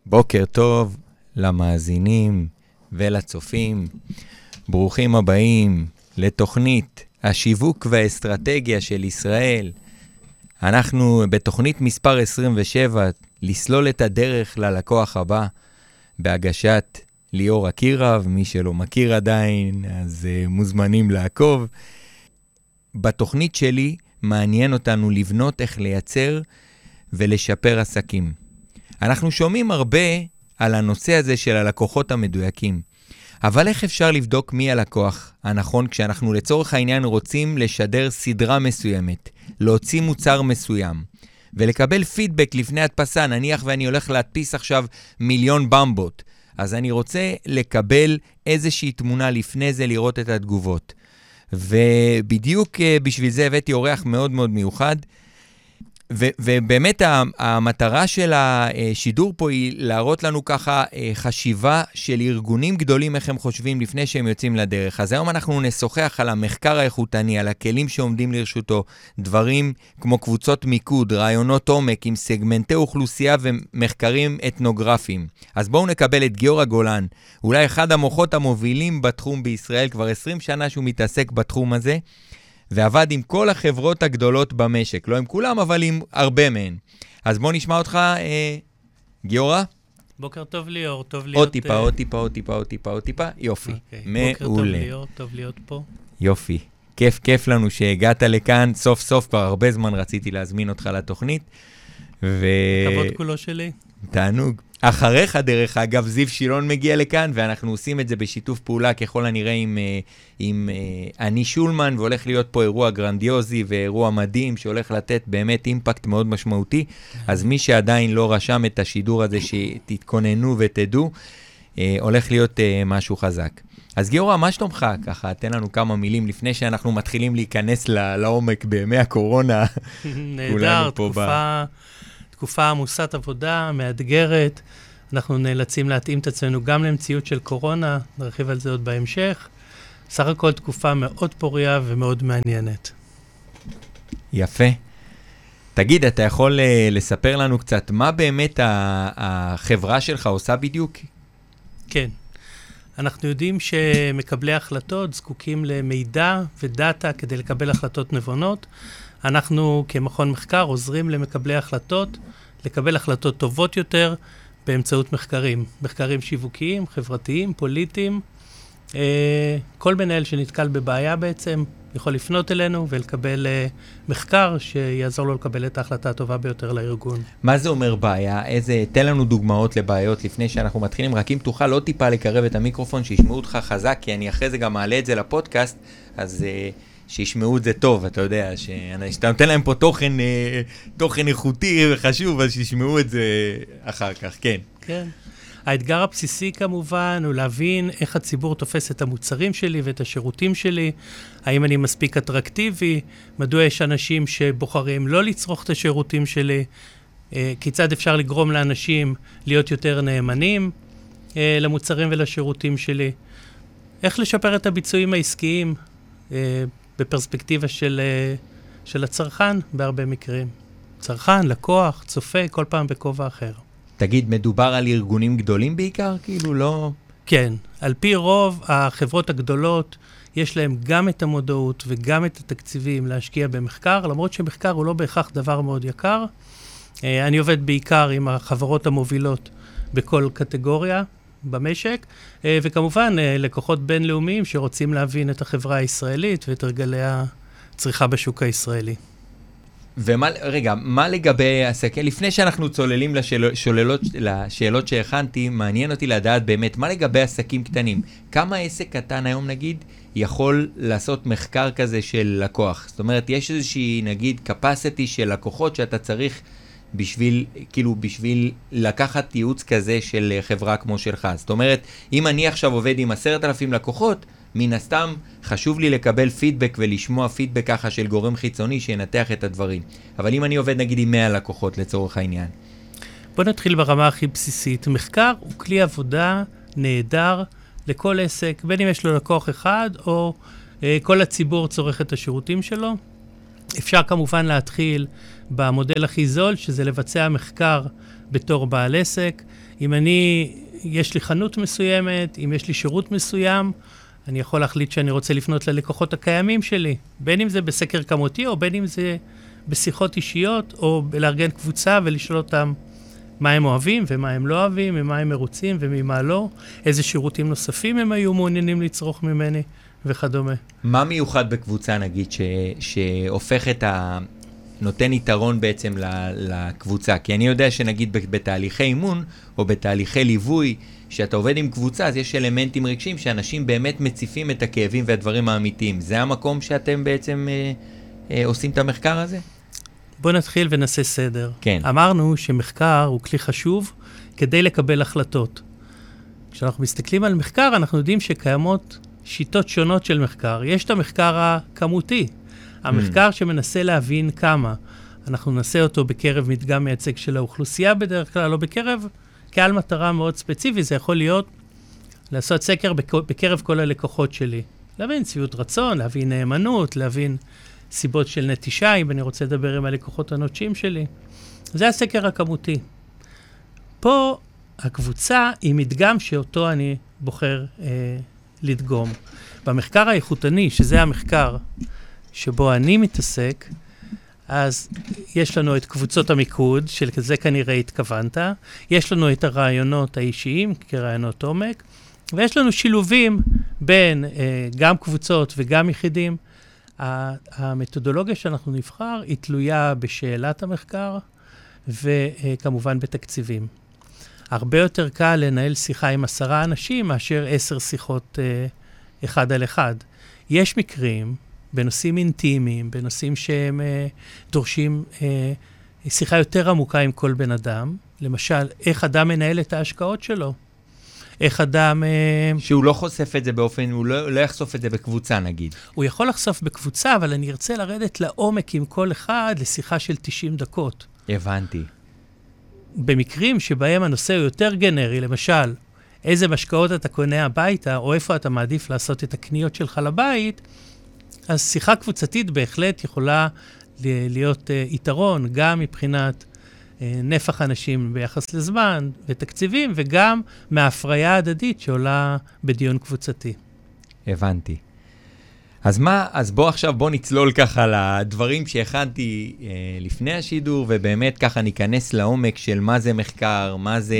בוקר טוב למאזינים ולצופים. ברוכים הבאים לתוכנית השיווק והאסטרטגיה של ישראל. אנחנו בתוכנית מספר 27, לסלול את הדרך ללקוח הבא, בהגשת ליאור אקירב. מי שלא מכיר עדיין, אז מוזמנים לעקוב. בתוכנית שלי מעניין אותנו לבנות איך לייצר ולשפר עסקים. אנחנו שומעים הרבה על הנושא הזה של הלקוחות המדויקים, אבל איך אפשר לבדוק מי הלקוח הנכון כשאנחנו לצורך העניין רוצים לשדר סדרה מסוימת, להוציא מוצר מסוים, ולקבל פידבק לפני הדפסה? נניח ואני הולך להדפיס עכשיו 1,000,000 במבות, אז אני רוצה לקבל איזושהי תמונה לפני זה, לראות את התגובות. ובדיוק בשביל זה הבאתי אורח מאוד מאוד מיוחד, ובאמת המטרה של השידור פה היא להראות לנו ככה חשיבה של ארגונים גדולים, איך הם חושבים לפני שהם יוצאים לדרך. אז היום אנחנו נשוחח על המחקר האיכותני, על הכלים שעומדים לרשותו, דברים כמו קבוצות מיקוד, רעיונות עומק עם סגמנטי אוכלוסייה ומחקרים אתנוגרפיים. אז בואו נקבל את גיורא גולן, אולי אחד המוחות המובילים בתחום בישראל, כבר 20 שנה שהוא מתעסק בתחום הזה, ועבד עם כל החברות הגדולות במשק. לא עם כולם, אבל עם הרבה מהן. אז בוא נשמע אותך, גיורא. בוקר טוב ליאור, טוב להיות... עוד טיפה. יופי. מעולה. בוקר טוב ליאור, טוב להיות פה. יופי. כיף לנו שהגעת לכאן. סוף סוף, כבר הרבה זמן רציתי להזמין אותך לתוכנית. כבוד כולו שלי. תענוג. אחריך, דרך אגב, זיו שילון מגיע לכאן, ואנחנו עושים את זה בשיתוף פעולה ככל הנראה עם אני שולמן, והולך להיות פה אירוע גרנדיוזי ואירוע מדהים, שהולך לתת באמת אימפקט מאוד משמעותי. אז מי שעדיין לא רשם את השידור הזה, שתתכוננו ותדעו, הולך להיות משהו חזק. אז גיורא, מה שלומך? ככה, תן לנו כמה מילים לפני שאנחנו מתחילים להיכנס לעומק בימי הקורונה. נהדר, תקופה עמוסת עבודה, מאתגרת. אנחנו נאלצים להתאים את עצמנו גם למציאות של קורונה, נרחיב על זה עוד בהמשך. סך הכל תקופה מאוד פוריה ומאוד מעניינת. יפה. תגיד, אתה יכול לספר לנו קצת מה באמת החברה שלך עושה בדיוק? כן. אנחנו יודעים שמקבלי החלטות זקוקים למידע ודאטה כדי לקבל החלטות נבונות. אנחנו כמכון מחקר עוזרים למקבלי החלטות, לקבל החלטות טובות יותר באמצעות מחקרים שיווקיים, חברתיים, פוליטיים. כל מנהל שנתקל בבעיה בעצם יכול לפנות אלינו ולקבל מחקר שיעזור לו לקבל את ההחלטה הטובה ביותר לארגון. מה זה אומר בעיה? תן לנו דוגמאות לבעיות לפני שאנחנו מתחילים. רק אם תוכל לא טיפה לקרב את המיקרופון, שישמעו אותך חזק, כי אני אחרי זה גם מעלה את זה לפודקאסט, אז שישמעו את זה טוב, אתה יודע, שאתה נותן להם פה תוכן איכותי וחשוב, אז שישמעו את זה אחר כך, כן. כן. האתגר הבסיסי כמובן הוא להבין איך הציבור תופס את המוצרים שלי ואת השירותים שלי, האם אני מספיק אטרקטיבי, מדוע יש אנשים שבוחרים לא לצרוך את השירותים שלי, כיצד אפשר לגרום לאנשים להיות יותר נאמנים למוצרים ולשירותים שלי, איך לשפר את הביצועים העסקיים בפרספקטיבה של הצרכן בהרבה מקרים. צרכן, לקוח, צופה, כל פעם בכובע אחר. תגיד, מדובר על ארגונים גדולים בעיקר? כאילו לא... כן. על פי רוב, החברות הגדולות, יש להם גם את המודעות וגם את התקציבים להשקיע במחקר, למרות שמחקר הוא לא בהכרח דבר מאוד יקר. אני עובד בעיקר עם החברות המובילות בכל קטגוריה במשק, וכמובן לקוחות בינלאומיים שרוצים להבין את החברה הישראלית ואת הרגלי הצריכה בשוק הישראלי. רגע, מה לגבי עסקים? לפני שאנחנו צוללים לשאלות שהכנתי, מעניין אותי לדעת באמת, מה לגבי עסקים קטנים? כמה עסק קטן היום נגיד יכול לעשות מחקר כזה של לקוח? זאת אומרת, יש איזושהי נגיד capacity של לקוחות שאתה צריך בשביל לקחת ייעוץ כזה של חברה כמו שלך. זאת אומרת, אם אני עכשיו עובד עם 10,000 לקוחות, מן הסתם חשוב לי לקבל פידבק ולשמוע פידבק ככה של גורם חיצוני שינתח את הדברים. אבל אם אני עובד נגיד עם 100 לקוחות לצורך העניין. בוא נתחיל ברמה הכי בסיסית. מחקר הוא כלי עבודה נהדר לכל עסק, בין אם יש לו לקוח אחד או כל הציבור צורך את השירותים שלו. אפשר כמובן להתחיל במודל הכי זול, שזה לבצע מחקר בתור בעל עסק. אם יש לי חנות מסוימת, אם יש לי שירות מסוים, אני יכול להחליט שאני רוצה לפנות ללקוחות הקיימים שלי, בין אם זה בסקר כמותי, או בין אם זה בשיחות אישיות, או לארגן קבוצה ולשאול אותם מה הם אוהבים ומה הם לא אוהבים, ממה הם מרוצים וממה לא, איזה שירותים נוספים הם היו מעוניינים לצרוך ממני וכדומה. מה מיוחד בקבוצה, נגיד, שהופך נותן יתרון בעצם לקבוצה? כי אני יודע שנגיד בתהליכי אימון, או בתהליכי ליווי, שאתה עובד עם קבוצה, אז יש אלמנטים רגשיים שאנשים באמת מציפים את הכאבים והדברים האמיתיים. זה המקום שאתם בעצם עושים את המחקר הזה? בוא נתחיל ונעשה סדר. כן. אמרנו שמחקר הוא כלי חשוב כדי לקבל החלטות. כשאנחנו מסתכלים על מחקר, אנחנו יודעים שקיימות שיטות שונות של מחקר. יש את המחקר הכמותי, המחקר שמנסה להבין כמה. אנחנו נעשה אותו בקרב מדגם מייצג של האוכלוסייה בדרך כלל, לא בקרב קהל מטרה מאוד ספציפי. זה יכול להיות לעשות סקר בקרב כל הלקוחות שלי. להבין שביעות רצון, להבין נאמנות, להבין סיבות של נטישה, אם אני רוצה לדבר עם הלקוחות הנוטשים שלי. זה הסקר הכמותי. פה הקבוצה היא מדגם שאותו אני בוחר לדגום. במחקר האיכותני, שזה המחקר שבו אני מתעסק, אז יש לנו את קבוצות המיקוד, של זה כנראה התכוונת, יש לנו את הרעיונות האישיים, כרעיונות עומק, ויש לנו שילובים בין גם קבוצות וגם יחידים. המתודולוגיה שאנחנו נבחר היא תלויה בשאלת המחקר, וכמובן בתקציבים. הרבה יותר קל לנהל שיחה עם 10 אנשים, מאשר 10 שיחות אחד על אחד. יש מקרים בנושאים אינטימיים, בנושאים שהם דורשים שיחה יותר עמוקה עם כל בן אדם. למשל, איך אדם מנהל את ההשקעות שלו. איך אדם... שהוא לא חושף את זה באופן, הוא לא יחשוף את זה בקבוצה, נגיד. הוא יכול לחשוף בקבוצה, אבל אני ארצה לרדת לעומק עם כל אחד לשיחה של 90 דקות. הבנתי. במקרים שבהם הנושא הוא יותר גנרי, למשל, איזה משקאות אתה קונה הביתה, או איפה אתה מעדיף לעשות את הקניות שלך לבית, אז שיחה קבוצתית בהחלט יכולה להיות יתרון, גם מבחינת נפח אנשים ביחס לזמן ותקציבים, וגם מההפריה ההדדית שעולה בדיון קבוצתי. הבנתי. אז בוא נצלול ככה לדברים שהכנתי לפני השידור, ובאמת ככה ניכנס לעומק של מה זה מחקר,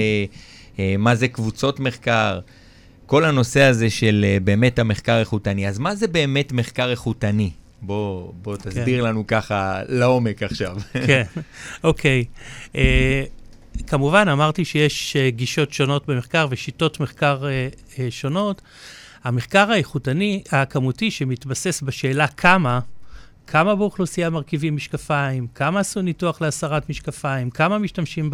מה זה קבוצות מחקר, כל הנושא הזה של באמת המחקר איכותני. אז מה זה באמת מחקר איכותני? בוא תסביר לנו ככה לעומק עכשיו. כן, אוקיי. כמובן, אמרתי שיש גישות שונות במחקר ושיטות מחקר שונות. המחקר האיכותני, הכמותי, שמתבסס בשאלה כמה באוכלוסייה מרכיבים משקפיים, כמה עשו ניתוח להסרת משקפיים, כמה משתמשים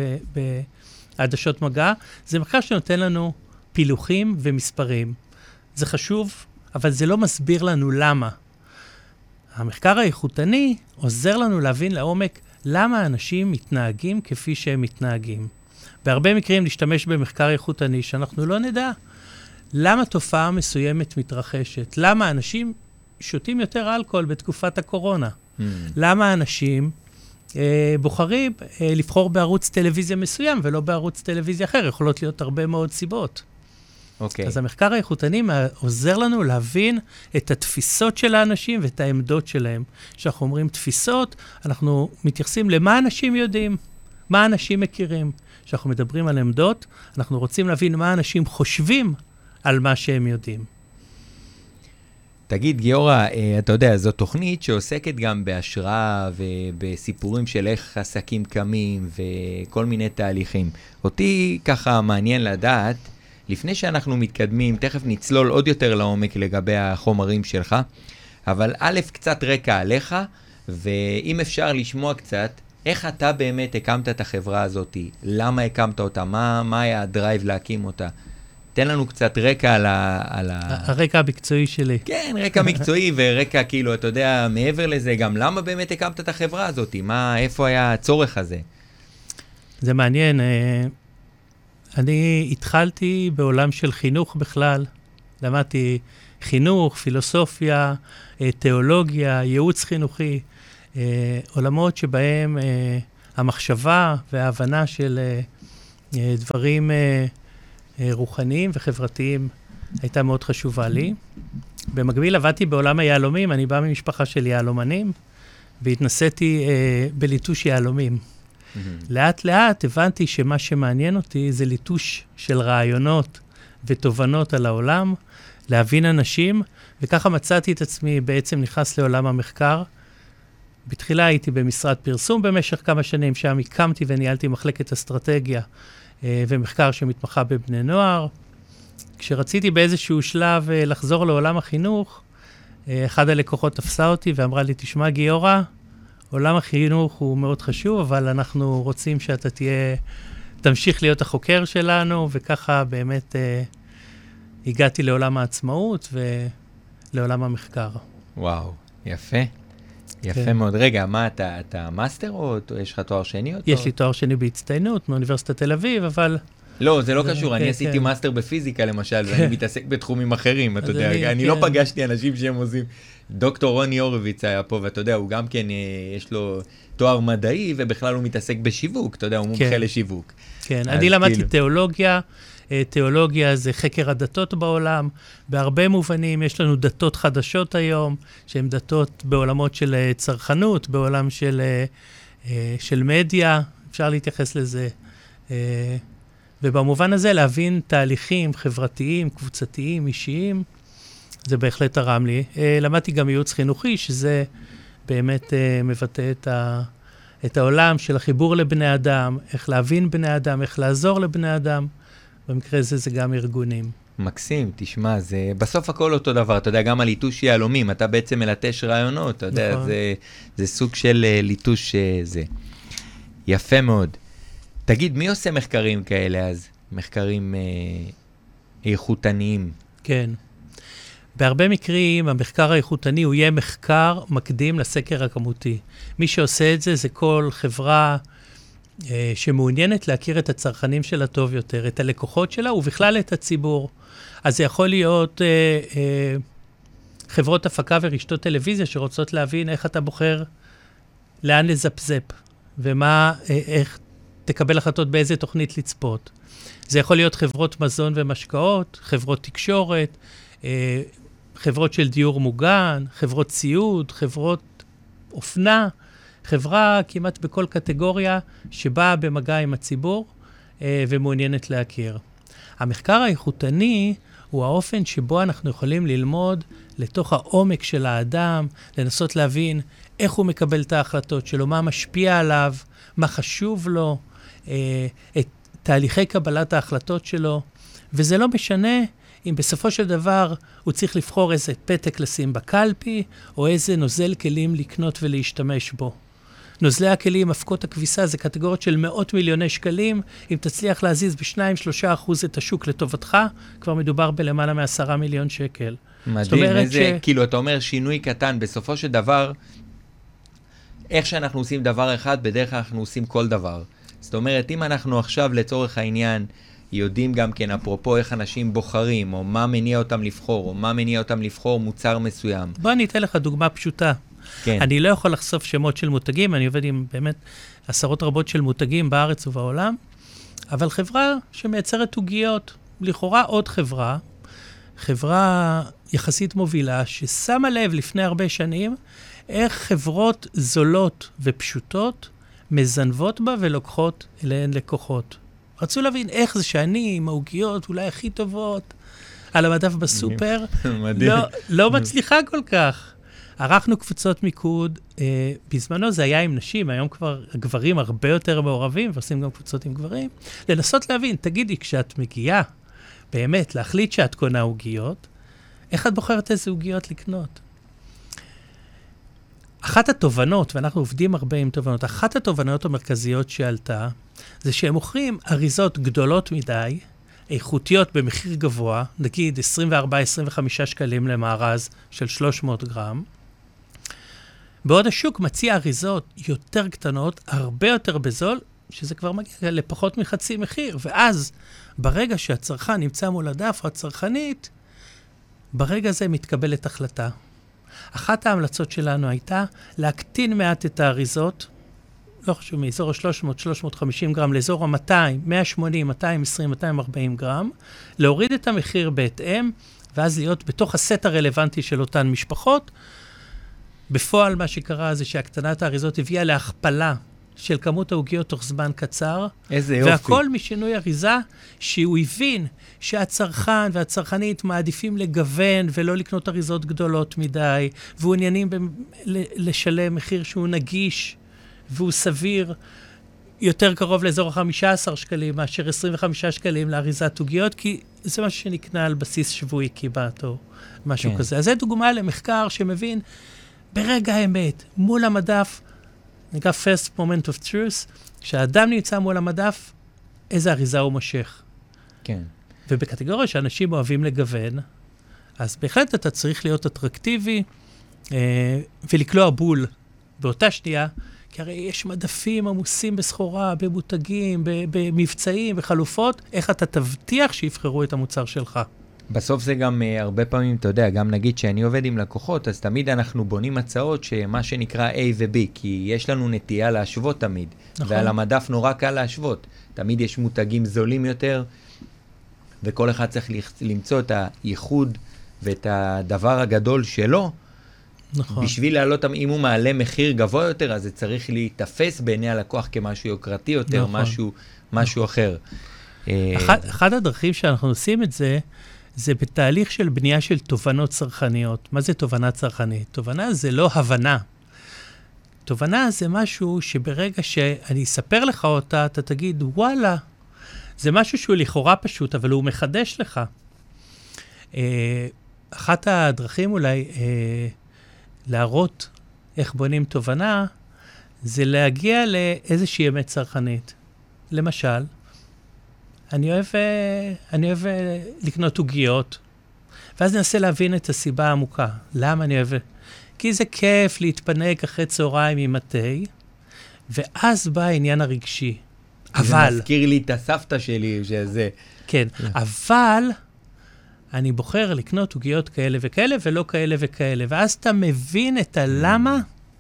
בעדשות מגע, זה מחקר שנותן לנו פילוחים ומספרים. זה חשוב, אבל זה לא מסביר לנו למה. המחקר האיכותני עוזר לנו להבין לעומק למה אנשים מתנהגים כפי שהם מתנהגים. בהרבה מקרים להשתמש במחקר איכותני שאנחנו לא נדע למה תופעה מסוימת מתרחשת, למה אנשים שותים יותר אלכוהול בתקופת הקורונה, למה אנשים בוחרים לבחור בערוץ טלוויזיה מסוים ולא בערוץ טלוויזיה אחר, יכולות להיות הרבה מאוד סיבות. אוקיי. אז המחקר האיכותני עוזר לנו להבין את התפיסות של האנשים ואת העמדות שלהם. כשאנחנו אומרים תפיסות, אנחנו מתייחסים למה אנשים יודעים, מה אנשים מכירים. כשאנחנו מדברים על עמדות, אנחנו רוצים להבין מה אנשים חושבים על מה שהם יודעים. תגיד, גיורא, אתה יודע, זו תוכנית שעוסקת גם בהשראה ובסיפורים של איך עסקים קמים וכל מיני תהליכים. אותי ככה מעניין לדעת, לפני שאנחנו מתקדמים, תכף נצלול עוד יותר לעומק לגבי החומרים שלך, אבל א', קצת רקע עליך, ואם אפשר לשמוע קצת, איך אתה באמת הקמת את החברה הזאת, למה הקמת אותה, מה היה הדרייב להקים אותה? תן לנו קצת רקע על הרקע המקצועי שלי. כן, רקע מקצועי ורקע כאילו, אתה יודע, מעבר לזה, גם למה באמת הקמת את החברה הזאת? איפה היה הצורך הזה? זה מעניין. אני התחלתי בעולם של חינוך בכלל. למדתי חינוך, פילוסופיה, תיאולוגיה, ייעוץ חינוכי, עולמות שבהם המחשבה וההבנה של דברים רוחניים וחברתיים הייתה מאוד חשובה לי. במקביל עבדתי בעולם היהלומים, אני בא ממשפחה של יהלומנים, והתנסיתי בליטוש יהלומים. לאט לאט הבנתי שמה שמעניין אותי זה ליטוש של רעיונות ותובנות על העולם, להבין אנשים, וככה מצאתי את עצמי בעצם נכנס לעולם המחקר. בתחילה הייתי במשרד פרסום במשך כמה שנים, שם הקמתי וניהלתי מחלקת אסטרטגיה ומחקר שמתמחה בבני נוער. כשרציתי באיזשהו שלב לחזור לעולם החינוך, אחד הלקוחות תפסה אותי ואמרה לי, תשמע גיורא, עולם החינוך הוא מאוד חשוב, אבל אנחנו רוצים שאתה תמשיך להיות החוקר שלנו, וככה באמת הגעתי לעולם העצמאות ולעולם המחקר. וואו, יפה. יפה מאוד. רגע, מה אתה מאסטר או יש לך תואר שני? יש לי תואר שני בהצטיינות מאוניברסיטת תל אביב, אבל... לא, זה לא קשור, אני עשיתי מאסטר בפיזיקה למשל, ואני מתעסק בתחומים אחרים, אתה יודע, אני לא פגשתי אנשים שהם עושים, דוקטור רוני הורוביץ היה פה, ואתה יודע, הוא גם כן, יש לו תואר מדעי, ובכלל הוא מתעסק בשיווק, אתה יודע, הוא מומחה לשיווק. כן, אני למדתי תיאולוגיה, תיאולוגיה זה חקר הדתות בעולם, בהרבה מובנים יש לנו דתות חדשות היום, שהן דתות בעולמות של צרכנות, בעולם של מדיה, אפשר להתייחס לזה, ובמובן הזה להבין תהליכים חברתיים, קבוצתיים, אישיים, זה בהחלט תרם לי. למדתי גם ייעוץ חינוכי, שזה באמת מבטא את העולם של החיבור לבני אדם, איך להבין בני אדם, איך לעזור לבני אדם. במקרה הזה זה גם ארגונים. מקסים, תשמע, זה בסוף הכל אותו דבר, אתה יודע, גם על ליטוש יהלומים, אתה בעצם מלטש רעיונות, אתה יודע, זה סוג של ליטוש זה. יפה מאוד. תגיד, מי עושה מחקרים כאלה אז? מחקרים איכותניים? כן. בהרבה מקרים, המחקר האיכותני הוא יהיה מחקר מקדים לסקר הכמותי. מי שעושה את זה, זה כל חברה שמעוניינת להכיר את הצרכנים שלה טוב יותר, את הלקוחות שלה ובכלל את הציבור. אז זה יכול להיות חברות הפקה ורשתות טלוויזיה שרוצות להבין איך אתה בוחר לאן לזפזפ, ומה, איך תקבל החלטות באיזה תוכנית לצפות. זה יכול להיות חברות מזון ומשקאות, חברות תקשורת, חברות של דיור מוגן, חברות ציוד, חברות אופנה, חברה כמעט בכל קטגוריה שבאה במגע עם הציבור ומעוניינת להכיר. המחקר האיכותני הוא האופן שבו אנחנו יכולים ללמוד לתוך העומק של האדם, לנסות להבין איך הוא מקבל את ההחלטות שלו, מה משפיע עליו, מה חשוב לו, את תהליכי קבלת ההחלטות שלו, וזה לא משנה אם בסופו של דבר הוא צריך לבחור איזה פתק לשים בקלפי, או איזה נוזל כלים לקנות ולהשתמש בו. נוזלי הכלים, הפקות הכביסה, זה קטגוריות של מאות מיליוני שקלים. אם תצליח להזיז ב2-3% את השוק לטובתך, כבר מדובר בלמעלה מ10 מיליון שקל. מדהים, איזה, כאילו אתה אומר שינוי קטן, בסופו של דבר, איך שאנחנו עושים דבר אחד, בדרך כלל אנחנו עושים כל דבר. זאת אומרת, אם אנחנו עכשיו לצורך העניין, יודעים גם כן, אפרופו איך אנשים בוחרים, או מה מניע אותם לבחור, או מה מניע אותם לבחור מוצר מסוים. בוא אני אתן לך דוגמה פשוטה. כן. אני לא יכול לחשוף שמות של מותגים, אני עובד עם באמת עשרות רבות של מותגים בארץ ובעולם, אבל חברה שמייצרת עוגיות, לכאורה עוד חברה יחסית מובילה, ששמה לב לפני הרבה שנים, איך חברות זולות ופשוטות מזנבות בה ולוקחות אליהן לקוחות. רצו להבין איך זה שאני עם העוגיות אולי הכי טובות על המדף בסופר, לא מצליחה כל כך. ערכנו קבוצות מיקוד, בזמנו זה היה עם נשים, היום כבר הגברים הרבה יותר מעורבים, ועושים גם קבוצות עם גברים, לנסות להבין, תגידי, כשאת מגיעה באמת להחליט שאת קונה עוגיות, איך את בוחרת איזה עוגיות לקנות? אחת התובנות, ואנחנו עובדים הרבה עם תובנות, אחת התובנות המרכזיות שעלתה, זה שהם מוכרים אריזות גדולות מדי, איכותיות במחיר גבוה, נגיד 24-25 שקלים למארז של 300 גרם, בעוד השוק מציע אריזות יותר קטנות, הרבה יותר בזול, שזה כבר מגיע לפחות מחצי מחיר, ואז ברגע שהצרכן נמצא מול הדף, הצרכנית, ברגע זה מתקבלת החלטה. אחת ההמלצות שלנו הייתה להקטין מעט את האריזות, לא חשוב, מאזור ה-300, 350 גרם לאזור ה-200, 180, 220, 240 גרם, להוריד את המחיר בהתאם, ואז להיות בתוך הסט הרלוונטי של אותן משפחות. בפועל מה שקרה זה שהקטנת האריזות הביאה להכפלה של כמות העוגיות תוך זמן קצר. איזה יופי. והכל משינוי אריזה, שהוא הבין שהצרכן והצרכנית מעדיפים לגוון ולא לקנות אריזות גדולות מדי, ועניינים לשלם מחיר שהוא נגיש והוא סביר, יותר קרוב לאזור ה-15 שקלים מאשר 25 שקלים לאריזת עוגיות, כי זה משהו שנקנה על בסיס שבועי כמעט או משהו כזה. אז זו דוגמה למחקר שמבין ברגע האמת, מול המדף, נקרא first moment of truth, כשהאדם נמצא מול המדף, איזה אריזה הוא מושך. כן. ובקטגוריה שאנשים אוהבים לגוון, אז בהחלט אתה צריך להיות אטרקטיבי ולקלוע בול באותה שנייה, כי הרי יש מדפים עמוסים בסחורה, במותגים, במבצעים, בחלופות, איך אתה תבטיח שיבחרו את המוצר שלך. בסוף זה גם הרבה פעמים, אתה יודע, גם נגיד שאני עובד עם לקוחות, אז תמיד אנחנו בונים הצעות שמה שנקרא A ו-B, כי יש לנו נטייה להשוות תמיד. נכון. ועל המדף נורא קל להשוות. תמיד יש מותגים זולים יותר, וכל אחד צריך למצוא את הייחוד ואת הדבר הגדול שלו, נכון. בשביל לעלות, אם הוא מעלה מחיר גבוה יותר, אז זה צריך להתאפס בעיני הלקוח כמשהו יוקרתי יותר, נכון. משהו אחר. אחד הדרכים שאנחנו עושים את זה, זה בתהליך של בנייה של תובנות צרכניות. מה זה תובנה צרכנית? תובנה זה לא הבנה. תובנה זה משהו שברגע שאני אספר לך אותה, אתה תגיד, וואלה, זה משהו שהוא לכאורה פשוט, אבל הוא מחדש לך. אחת הדרכים אולי להראות איך בונים תובנה, זה לאיזושהי אמת צרכנית. למשל, אני אוהב לקנות עוגיות, ואז ננסה להבין את הסיבה העמוקה. למה אני אוהב? כי זה כיף להתפנק אחרי צהריים עם מטה, ואז בא העניין הרגשי. אבל... זה מזכיר לי את הסבתא שלי, שזה... כן, אבל אני בוחר לקנות עוגיות כאלה וכאלה, ולא כאלה וכאלה, ואז אתה מבין את הלמה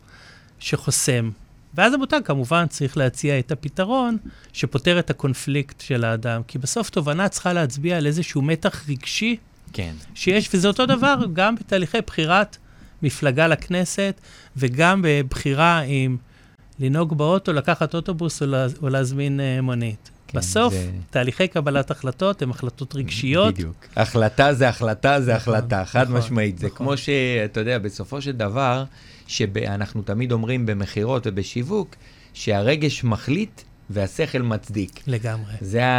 שחוסם. ואז המותג כמובן צריך להציע את הפתרון שפותר את הקונפליקט של האדם, כי בסוף תובנה צריכה להצביע על איזשהו מתח רגשי, כן. שיש, וזה אותו דבר גם בתהליכי בחירת מפלגה לכנסת, וגם בבחירה עם לנהוג באוטו, לקחת אוטובוס או להזמין מונית. כן, בסוף, תהליכי קבלת החלטות הן החלטות רגשיות. בדיוק. החלטה זה החלטה זה החלטה, חד משמעית. זה כמו שאתה יודע, בסופו של דבר, שאנחנו תמיד אומרים במחירות ובשיווק, שהרגש מחליט והשכל מצדיק. לגמרי.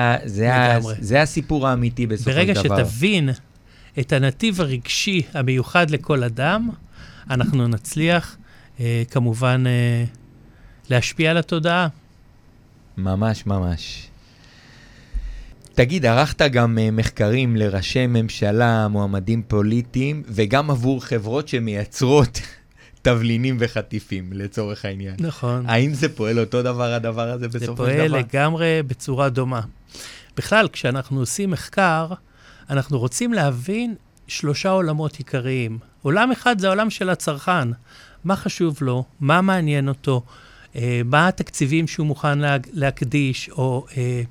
זה הסיפור האמיתי בסופו של דבר. ברגע שתבין את הנתיב הרגשי המיוחד לכל אדם, אנחנו נצליח כמובן להשפיע על התודעה. ממש, ממש. תגיד, ערכת גם מחקרים לראשי ממשלה, מועמדים פוליטיים, וגם עבור חברות שמייצרות תבלינים וחטיפים, לצורך העניין. נכון. האם זה פועל אותו דבר, הדבר הזה בסופו של דבר? זה פועל לגמרי בצורה דומה. בכלל, כשאנחנו עושים מחקר, אנחנו רוצים להבין 3 עולמות עיקריים. עולם אחד זה העולם של הצרכן. מה חשוב לו? מה מעניין אותו? מה התקציבים שהוא מוכן להקדיש? או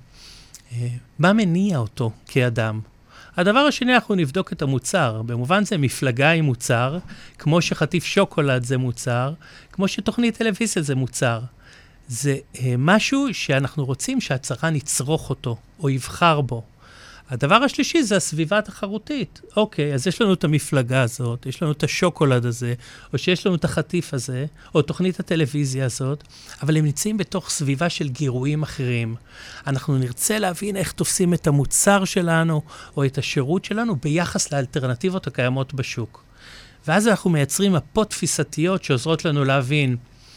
מה מניע אותו כאדם? הדבר השני, אנחנו נבדוק את המוצר. במובן זה מפלגה היא מוצר, כמו שחטיף שוקולד זה מוצר, כמו שתוכנית טלוויזיה זה מוצר. זה משהו שאנחנו רוצים שהצרכן יצרוך אותו, או יבחר בו. הדבר השלישי זה הסביבה התחרותית. אוקיי, אז יש לנו את המפלגה הזאת, יש לנו את השוקולד הזה, או שיש לנו את החטיף הזה, או תוכנית הטלוויזיה הזאת, אבל הם נמצאים בתוך סביבה של גירויים אחרים. אנחנו נרצה להבין איך תופסים את המוצר שלנו, או את השירות שלנו, ביחס לאלטרנטיבות הקיימות בשוק. ואז אנחנו מייצרים מפות תפיסתיות שעוזרות לנו להבין,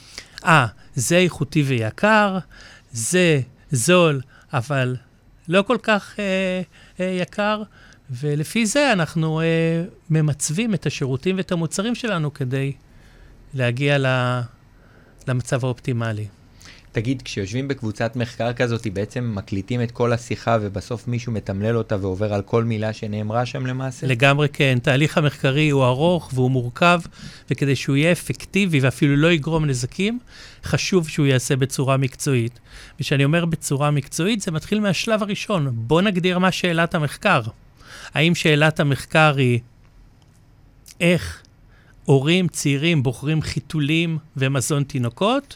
זה איכותי ויקר, זה זול, אבל לא כל כך יקר, ולפי זה אנחנו ממצבים את השירותים ואת המוצרים שלנו כדי להגיע למצב האופטימלי. תגיד, כשיושבים בקבוצת מחקר כזאת, בעצם מקליטים את כל השיחה, ובסוף מישהו מתמלל אותה ועובר על כל מילה שנאמרה שם למעשה? לגמרי כן. תהליך המחקרי הוא ארוך והוא מורכב, וכדי שהוא יהיה אפקטיבי ואפילו לא יגרום נזקים, חשוב שהוא יעשה בצורה מקצועית. ושאני אומר בצורה מקצועית, זה מתחיל מהשלב הראשון. בוא נגדיר מה שאלת המחקר. האם שאלת המחקר היא איך הורים צעירים בוחרים חיתולים ומזון תינוקות,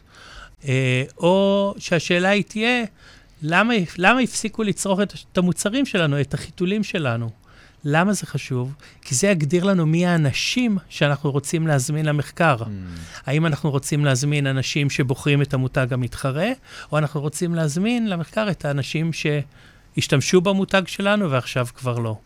או שהשאלה היא תהיה, למה הפסיקו לצרוך את המוצרים שלנו, את החיתולים שלנו? למה זה חשוב? כי זה יגדיר לנו מי האנשים שאנחנו רוצים להזמין למחקר. האם אנחנו רוצים להזמין אנשים שבוחרים את המותג המתחרה, או אנחנו רוצים להזמין למחקר את האנשים שהשתמשו במותג שלנו ועכשיו כבר לא.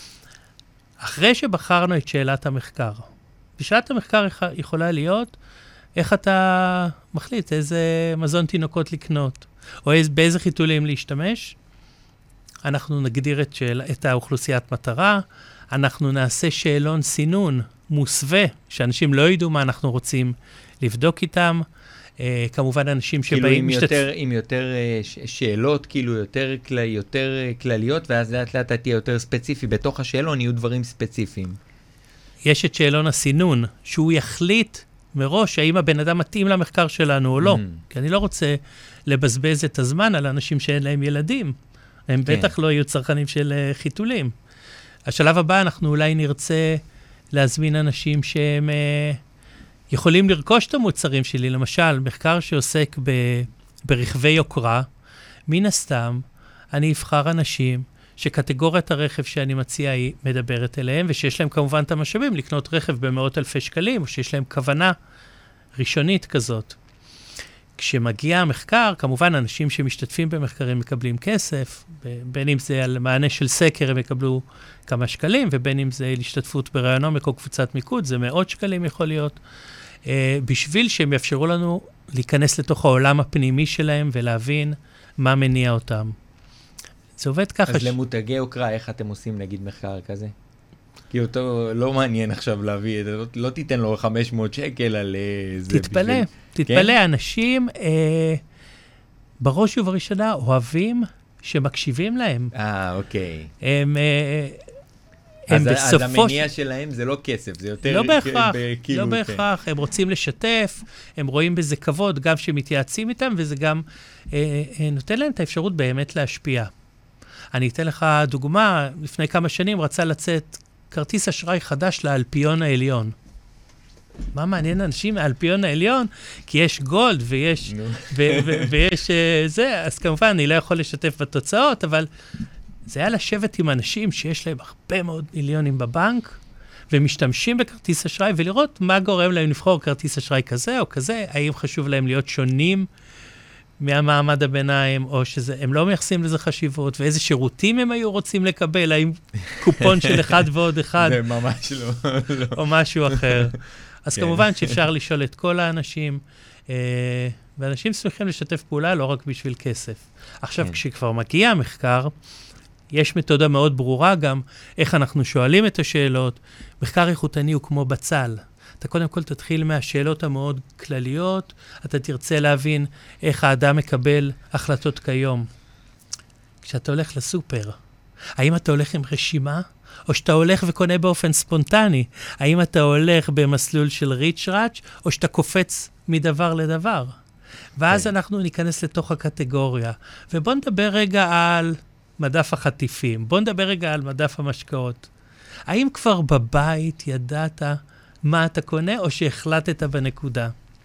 אחרי שבחרנו את שאלת המחקר, ושאלת המחקר יכולה להיות, איך אתה מחליט איזה מזון תינוקות לקנות, או באיזה חיתולים להשתמש. אנחנו נגדיר את האוכלוסיית מטרה, אנחנו נעשה שאלון סינון מוסווה, שאנשים לא ידעו מה אנחנו רוצים לבדוק איתם. כמובן אנשים שבאים... עם יותר שאלות, כאילו יותר כלליות, ואז לאט לאט תהיה יותר ספציפי. בתוך השאלון יהיו דברים ספציפיים. יש את שאלון הסינון, שהוא יחליט מראש האם הבן אדם מתאים למחקר שלנו או לא. כי אני לא רוצה לבזבז את הזמן על אנשים שאין להם ילדים. הם בטח לא יהיו צרכנים של חיתולים. השלב הבא אנחנו אולי נרצה להזמין אנשים שהם יכולים לרכוש את המוצרים שלי. למשל, מחקר שעוסק ברכבי יוקרה, מן הסתם אני אבחר אנשים שקטגוריית הרכב שאני מציע היא מדברת אליהם, ושיש להם כמובן את המשאבים לקנות רכב במאות אלפי שקלים, או שיש להם כוונה ראשונית כזאת. כשמגיע המחקר, כמובן אנשים שמשתתפים במחקרים מקבלים כסף, בין אם זה על מענה של סקר הם יקבלו כמה שקלים, ובין אם זה להשתתפות ברעיון עומק או קבוצת מיקוד, זה מאות שקלים יכול להיות, בשביל שהם יאפשרו לנו להיכנס לתוך העולם הפנימי שלהם ולהבין מה מניע אותם. זה עובד ככה. אז למותגי יוקרה, איך אתם עושים נגיד מחקר כזה? כי אותו לא מעניין עכשיו להביא, לא תיתן לו 500 שקל על זה. תתפלא, אנשים בראש ובראשונה אוהבים שמקשיבים להם. אוקיי. הם אז המניע שלהם זה לא כסף, זה יותר... לא בהכרח, הם רוצים לשתף, הם רואים בזה כבוד, גם שמתייעצים איתם, וזה גם נותן להם את האפשרות באמת להשפיע. אני אתן לך דוגמה, לפני כמה שנים רצה לצאת כרטיס אשראי חדש לאלפיון העליון. מה מעניין אנשים מהאלפיון העליון? כי יש גולד ויש זה, אז כמובן אני לא יכול לשתף בתוצאות, אבל זה היה לשבת עם אנשים שיש להם הרבה מאוד מיליונים בבנק, ומשתמשים בכרטיס אשראי, ולראות מה גורם להם לבחור כרטיס אשראי כזה או כזה, האם חשוב להם להיות שונים מהמעמד הביניים, או שהם לא מייחסים לזה חשיבות, ואיזה שירותים הם היו רוצים לקבל, האם קופון של אחד ועוד אחד, זה ממש לא. או משהו אחר. אז כמובן שאפשר לשאול את כל האנשים, ואנשים שמחים לשתף פעולה לא רק בשביל כסף. עכשיו, כשכבר מגיע המחקר, יש מתודה מאוד ברורה גם איך אנחנו שואלים את השאלות. מחקר איכותני הוא כמו בצל. אתה קודם כל תתחיל מהשאלות המאוד כלליות, אתה תרצה להבין איך האדם מקבל החלטות כיום. כשאתה הולך לסופר, האם אתה הולך עם רשימה, או שאתה הולך וקונה באופן ספונטני? האם אתה הולך במסלול של ריץ'-ראץ', או שאתה קופץ מדבר לדבר? ואז אנחנו ניכנס לתוך הקטגוריה. ובוא נדבר רגע על מדף החטיפים, בוא נדבר רגע על מדף המשקאות. האם כבר בבית ידעת מה אתה קונה, או שהחלטת בנקודה?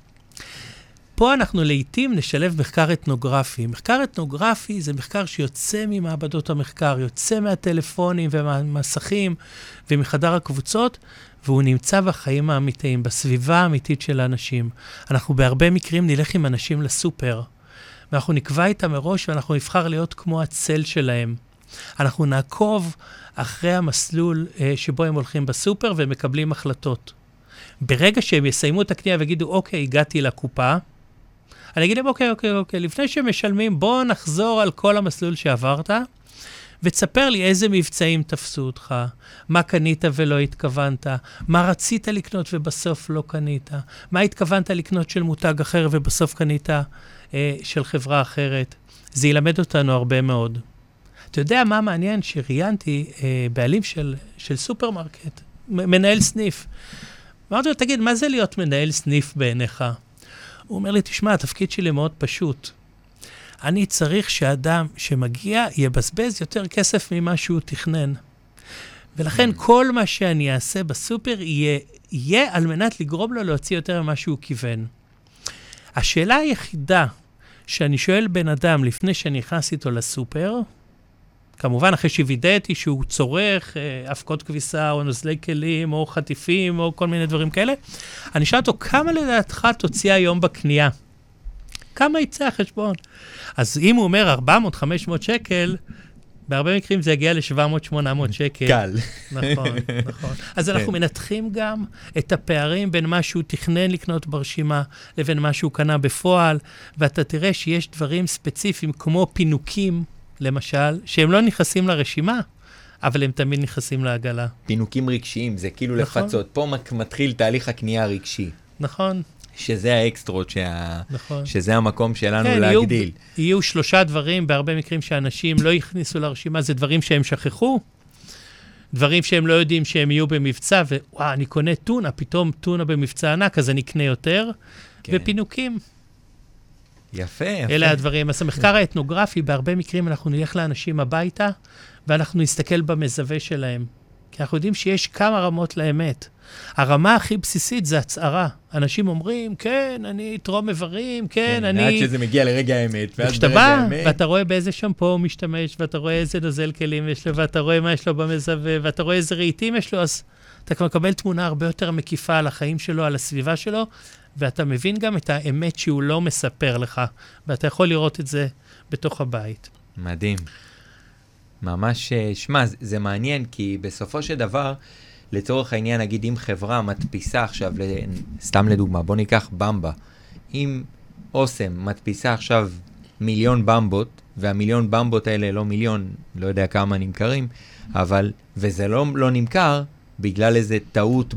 פה אנחנו לעתים נשלב מחקר אתנוגרפי. מחקר אתנוגרפי זה מחקר שיוצא ממעבדות המחקר, יוצא מהטלפונים ומהמסכים ומחדר הקבוצות, והוא נמצא בחיים האמיתיים, בסביבה האמיתית של האנשים. אנחנו בהרבה מקרים נלך עם אנשים לסופר, ואנחנו נקבע איתם מראש, ואנחנו נבחר להיות כמו הצל שלהם. אנחנו נעקוב אחרי המסלול שבו הם הולכים בסופר ומקבלים החלטות. ברגע שהם יסיימו את הקנייה ויגידו, אוקיי, הגעתי לקופה, אני אגיד להם, אוקיי, לפני שמשלמים, בוא נחזור על כל המסלול שעברת, ותספר לי איזה מבצעים תפסו אותך, מה קנית ולא התכוונת, מה רצית לקנות ובסוף לא קנית, מה התכוונת לקנות של מותג אחר ובסוף קנית של חברה אחרת. זה ילמד אותנו הרבה מאוד. אתה יודע מה מעניין? שראיינתי בעלים של סופרמרקט, מנהל סניף. אמרתי לו, תגיד, מה זה להיות מנהל סניף בעיניך? הוא אומר לי, תשמע, התפקיד שלי מאוד פשוט. אני צריך שאדם שמגיע יבזבז יותר כסף ממה שהוא תכנן. ולכן כל מה שאני אעשה בסופר יהיה על מנת לגרום לו להוציא יותר ממה שהוא כיוון. השאלה היחידה שאני שואל בן אדם לפני שאני נכנס איתו לסופר, כמובן אחרי שווידאתי שהוא צורך אבקות כביסה או נוזלי כלים או חטיפים או כל מיני דברים כאלה, אני שואל אותו, כמה לדעתך תוציא היום בקנייה? כמה יצא החשבון? אז אם הוא אומר 400-500 שקל, בהרבה מקרים זה יגיע ל-700-800 שקל. קל. נכון, נכון. אז אנחנו מנתחים גם את הפערים בין מה שהוא תכנן לקנות ברשימה, לבין מה שהוא קנה בפועל, ואתה תראה שיש דברים ספציפיים, כמו פינוקים, למשל, שהם לא נכנסים לרשימה, אבל הם תמיד נכנסים לעגלה. פינוקים רגשיים, זה כאילו נכון. לפצות. פה מתחיל תהליך הקנייה הרגשי. נכון. שזה האקסטרות, נכון. שזה המקום שלנו כן, להגדיל. יהיו 3 דברים, בהרבה מקרים שאנשים לא יכניסו לרשימה, זה דברים שהם שכחו, דברים שהם לא יודעים שהם יהיו במבצע, ווואו, אני קונה טונה, פתאום טונה במבצע ענק, אז אני אקנה יותר, כן. ופינוקים. יפה. אלה הדברים. אז המחקר האתנוגרפי, בהרבה מקרים אנחנו נלך לאנשים הביתה, ואנחנו נסתכל במזווה שלהם. כי אנחנו יודעים שיש כמה רמות לאמת. הרמה הכי בסיסית זה הצערה. אנשים אומרים, כן, אני תרום איברים, כן, אני... עד שזה מגיע לרגע האמת. וכשאתה בא, ואתה רואה באיזה שמפו הוא משתמש, ואתה רואה איזה נוזל כלים יש לו, ואתה רואה מה יש לו במזווה, ואתה רואה איזה רהיטים יש לו, אז אתה כבר מקבל תמונה הרבה יותר מקיפה על החיים שלו, על הסביבה שלו, ואתה מבין גם את האמת שהוא לא מספר לך, ואתה יכול לראות את זה בתוך הבית. מדהים. ממש, שמע, זה מעניין, כי בסופו של דבר, לצורך העניין, נגיד, אם חברה מדפיסה עכשיו, סתם לדוגמה, בוא ניקח במבה. אם אוסם מדפיסה עכשיו 1,000,000 במבות, והמיליון במבות האלה לא מיליון, לא יודע כמה נמכרים, אבל, וזה לא נמכר, בגלל איזה טעות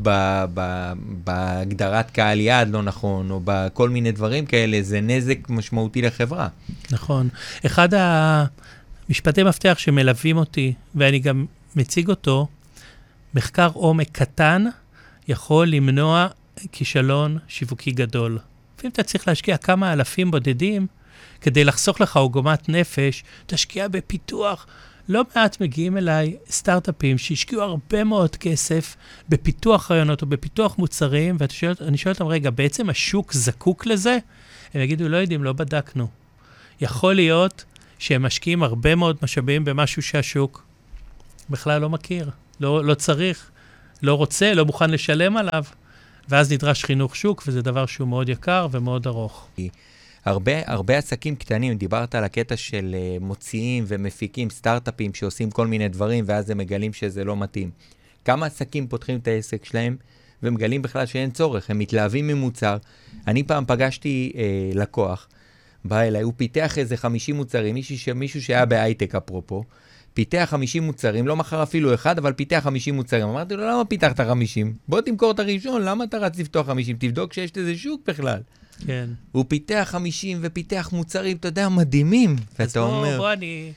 בהגדרת קהל יעד לא נכון, או בכל מיני דברים כאלה, זה נזק משמעותי לחברה. נכון. אחד המשפטי מפתח שמלווים אותי, ואני גם מציג אותו, מחקר עומק קטן יכול למנוע כישלון שיווקי גדול. לפעמים אתה צריך להשקיע כמה אלפים בודדים, כדי לחסוך לך עוגמת נפש, תשקיע בפיתוח. לא מעט מגיעים אליי סטארט-אפים שהשקיעו הרבה מאוד כסף בפיתוח רעיונות או בפיתוח מוצרים, ואני שואל אותם, רגע, בעצם השוק זקוק לזה? הם יגידו, לא יודעים, לא בדקנו. יכול להיות שהם משקיעים הרבה מאוד משאבים במשהו שהשוק בכלל לא מכיר, לא צריך, לא רוצה, לא מוכן לשלם עליו, ואז נדרש חינוך שוק, וזה דבר שהוא מאוד יקר ומאוד ארוך. הרבה עסקים קטנים, דיברת על הקטע של מוציאים ומפיקים סטארט-אפים שעושים כל מיני דברים, ואז הם מגלים שזה לא מתאים. כמה עסקים פותחים את העסק שלהם, ומגלים בכלל שאין צורך, הם מתלהבים ממוצר. אני פעם פגשתי לקוח, בא אליי, הוא פיתח איזה 50 מוצרים, מישהו שהיה בהייטק אפרופו, פיתח 50 מוצרים, לא מכר אפילו אחד, אבל פיתח 50 מוצרים. אמרתי לו, למה פיתחת 50? בוא תמכור את הראשון, למה אתה רץ לפתוח 50? תבדוק שיש איזה שוק בכלל. כן. הוא פיתח 50 ופיתח מוצרים, אתה יודע, מדהימים. אז בוא אני...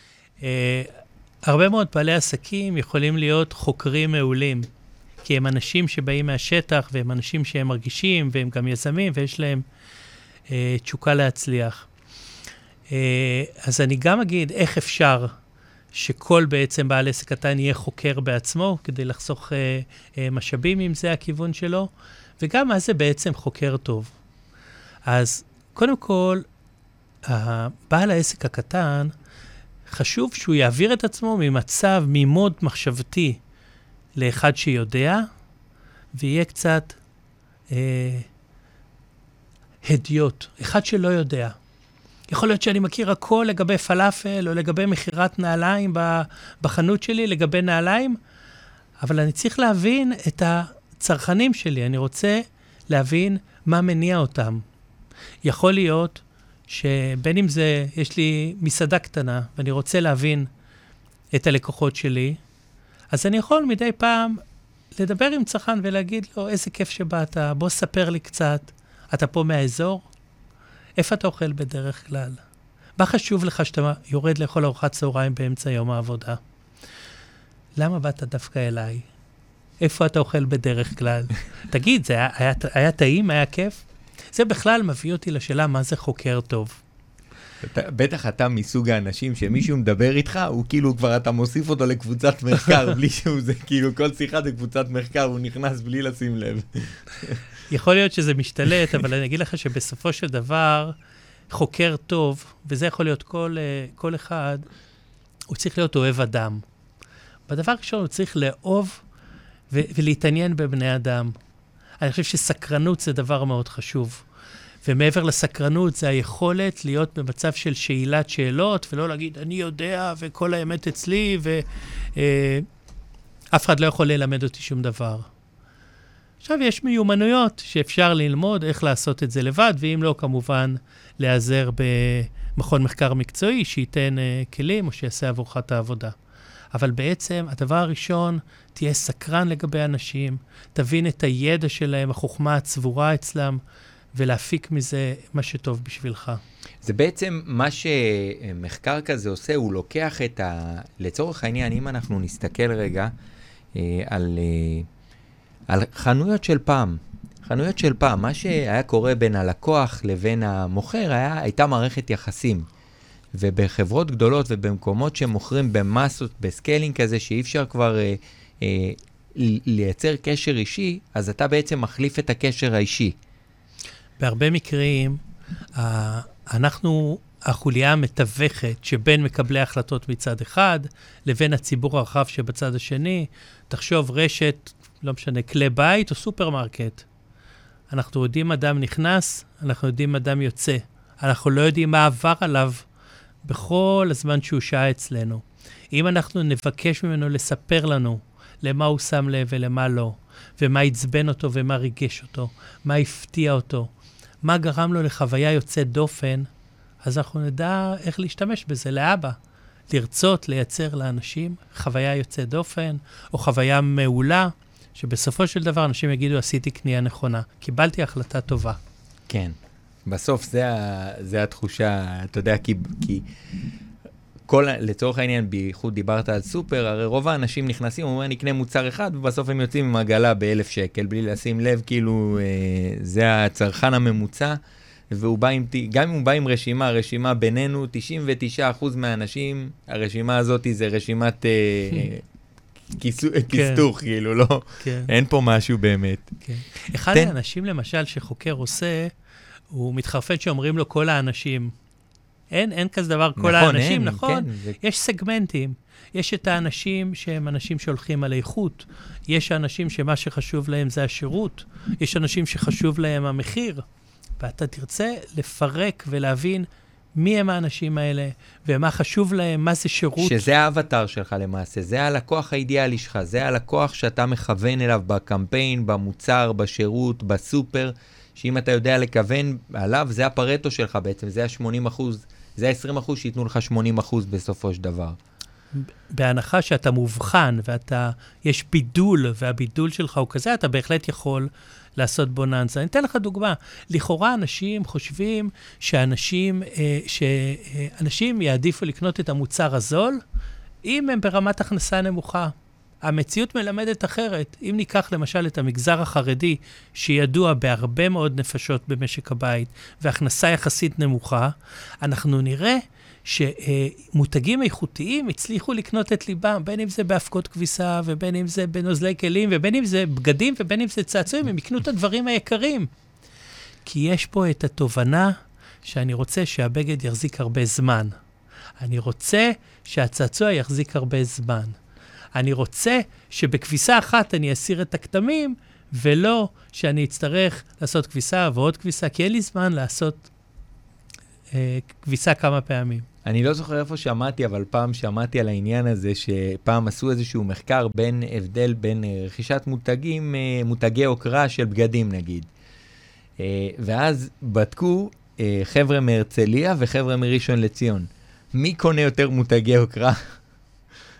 הרבה מאוד בעלי עסקים יכולים להיות חוקרים מעולים, כי הם אנשים שבאים מהשטח, והם אנשים שהם מרגישים, והם גם יזמים, ויש להם תשוקה להצליח. אז אני גם אגיד איך אפשר שכל בעצם בעל עסק קטן יהיה חוקר בעצמו, כדי לחסוך משאבים, אם זה הכיוון שלו, וגם מה זה בעצם חוקר טוב. אז קודם כל, בעל העסק הקטן, חשוב שהוא יעביר את עצמו ממצב, ממוד מחשבתי, לאחד שיודע, ויהיה קצת הדיוט, אחד שלא יודע. יכול להיות שאני מכיר הכל לגבי פלאפל, או לגבי מחירת נעליים בחנות שלי, לגבי נעליים, אבל אני צריך להבין את הצרכנים שלי, אני רוצה להבין מה מניע אותם. יכול להיות שבין אם זה, יש לי מסעדה קטנה, ואני רוצה להבין את הלקוחות שלי, אז אני יכול מדי פעם לדבר עם צרכן ולהגיד לו, איזה כיף שבאת, בוא ספר לי קצת, אתה פה מהאזור? איפה אתה אוכל בדרך כלל? מה חשוב לך שאתה יורד לאכול ארוחת צהריים באמצע יום העבודה? למה באת דווקא אליי? איפה אתה אוכל בדרך כלל? תגיד, זה היה טעים? היה כיף? זה בכלל מביא אותי לשאלה מה זה חוקר טוב. בטח אתה מסוג האנשים שמישהו מדבר איתך, הוא כאילו כבר אתה מוסיף אותו לקבוצת מחקר, בלי שהוא זה כאילו כל שיחה זה קבוצת מחקר, הוא נכנס בלי לשים לב. יכול להיות שזה משתלט, אבל אני אגיד לך שבסופו של דבר, חוקר טוב, וזה יכול להיות כל אחד, הוא צריך להיות אוהב אדם. בדבר ראשון הוא צריך לאהוב ולהתעניין בבני אדם. אני חושב שסקרנות זה דבר מאוד חשוב. ומעבר לסקרנות זה היכולת להיות במצב של שאלת שאלות, ולא להגיד, אני יודע, וכל האמת אצלי, ואף אחד לא יכול ללמד אותי שום דבר. עכשיו יש מיומנויות שאפשר ללמוד איך לעשות את זה לבד, ואם לא, כמובן, להיעזר במכון מחקר מקצועי, שייתן כלים או שיעשה עבורך את העבודה. אבל בעצם, הדבר הראשון, תהיה סקרן לגבי אנשים, תבין את הידע שלהם, החוכמה הצבורה אצלם, ולהפיק מזה מה שטוב בשבילך. זה בעצם מה שמחקר כזה עושה, הוא לוקח לצורך העניין, אם אנחנו נסתכל רגע על חנויות של פעם. חנויות של פעם, מה שהיה קורה בין הלקוח לבין המוכר, הייתה מערכת יחסים. ובחברות גדולות ובמקומות שמוכרים במסות, בסקיילינג כזה, שאי אפשר כבר לייצר קשר אישי, אז אתה בעצם מחליף את הקשר האישי. בהרבה מקרים, אנחנו החוליה המתווכת שבין מקבלי החלטות מצד אחד, לבין הציבור הרחב שבצד השני. תחשוב רשת, לא משנה, כלי בית או סופרמרקט. אנחנו יודעים אדם נכנס, אנחנו יודעים אדם יוצא. אנחנו לא יודעים מה עבר עליו בכל הזמן שהוא שעה אצלנו. אם אנחנו נבקש ממנו לספר לנו למה הוא שם לב ולמה לא, ומה יצבן אותו ומה ריגש אותו, מה הפתיע אותו, מה גרם לו לחוויה יוצאת דופן, אז אנחנו נדע איך להשתמש בזה לאבא. לרצות לייצר לאנשים חוויה יוצאת דופן, או חוויה מעולה, שבסופו של דבר אנשים יגידו, עשיתי קנייה נכונה, קיבלתי החלטה טובה. כן, בסוף זה התחושה, אתה יודע, כי לצורך העניין, בייחוד דיברת על סופר, הרי רוב האנשים נכנסים, אומרים, נקנה מוצר אחד, ובסוף הם יוצאים עם עגלה ב1,000 שקל, בלי לשים לב, כאילו, זה הצרכן הממוצע, והוא בא גם אם הוא בא עם רשימה בינינו, 99% מהאנשים, הרשימה הזאת זה רשימת כיסתוך, כאילו, לא, אין פה משהו באמת. אחד האנשים, למשל, שחוקר עושה, הוא מתחרפן שאומרים לו כל האנשים, אין כזה דבר כל האנשים, נכון? יש סגמנטים. יש את האנשים שהם אנשים שהולכים על איכות. יש אנשים שמה שחשוב להם זה השירות. יש אנשים שחשוב להם המחיר. ואתה תרצה לפרק ולהבין מי הם האנשים האלה, ומה חשוב להם, מה זה שירות. שזה האבטר שלך למעשה, זה הלקוח האידיאלי שלך, זה הלקוח שאתה מכוון אליו בקמפיין, במוצר, בשירות, בסופר, שאם אתה יודע לכוון עליו, זה הפרטו שלך בעצם, זה ה-80%, זה ה-20% שיתנו לך 80% בסופו של דבר. בהנחה שאתה מובחן, יש בידול, והבידול שלך הוא כזה, אתה בהחלט יכול לעשות בוננזה. אני אתן לך דוגמה. לכאורה אנשים חושבים שאנשים יעדיפו לקנות את המוצר הזול, אם הם ברמת הכנסה נמוכה. המציאות מלמדת אחרת. אם ניקח למשל את המגזר החרדי, שידוע בהרבה מאוד נפשות במשק הבית, והכנסה יחסית נמוכה, אנחנו נראה שמותגים איכותיים הצליחו לקנות את ליבם, בין אם זה בהפקות כביסה, ובין אם זה בנוזלי כלים, ובין אם זה בגדים, ובין אם זה צעצועים, הם יקנו את הדברים היקרים. כי יש פה את התובנה שאני רוצה שהבגד יחזיק הרבה זמן. אני רוצה שהצעצוע יחזיק הרבה זמן. אני רוצה שבכביסה אחת אני אסיר את הכתמים, ולא שאני אצטרך לעשות כביסה ועוד כביסה, כי אין לי זמן לעשות כביסה כמה פעמים. אני לא זוכר איפה שמעתי, אבל פעם שמעתי על העניין הזה, שפעם עשו איזשהו מחקר בין הבדל בין רכישת מותגי הוקרה של בגדים נגיד. ואז בדקו חבר'ה מהרצליה וחבר'ה מראשון לציון. מי קונה יותר מותגי הוקרה?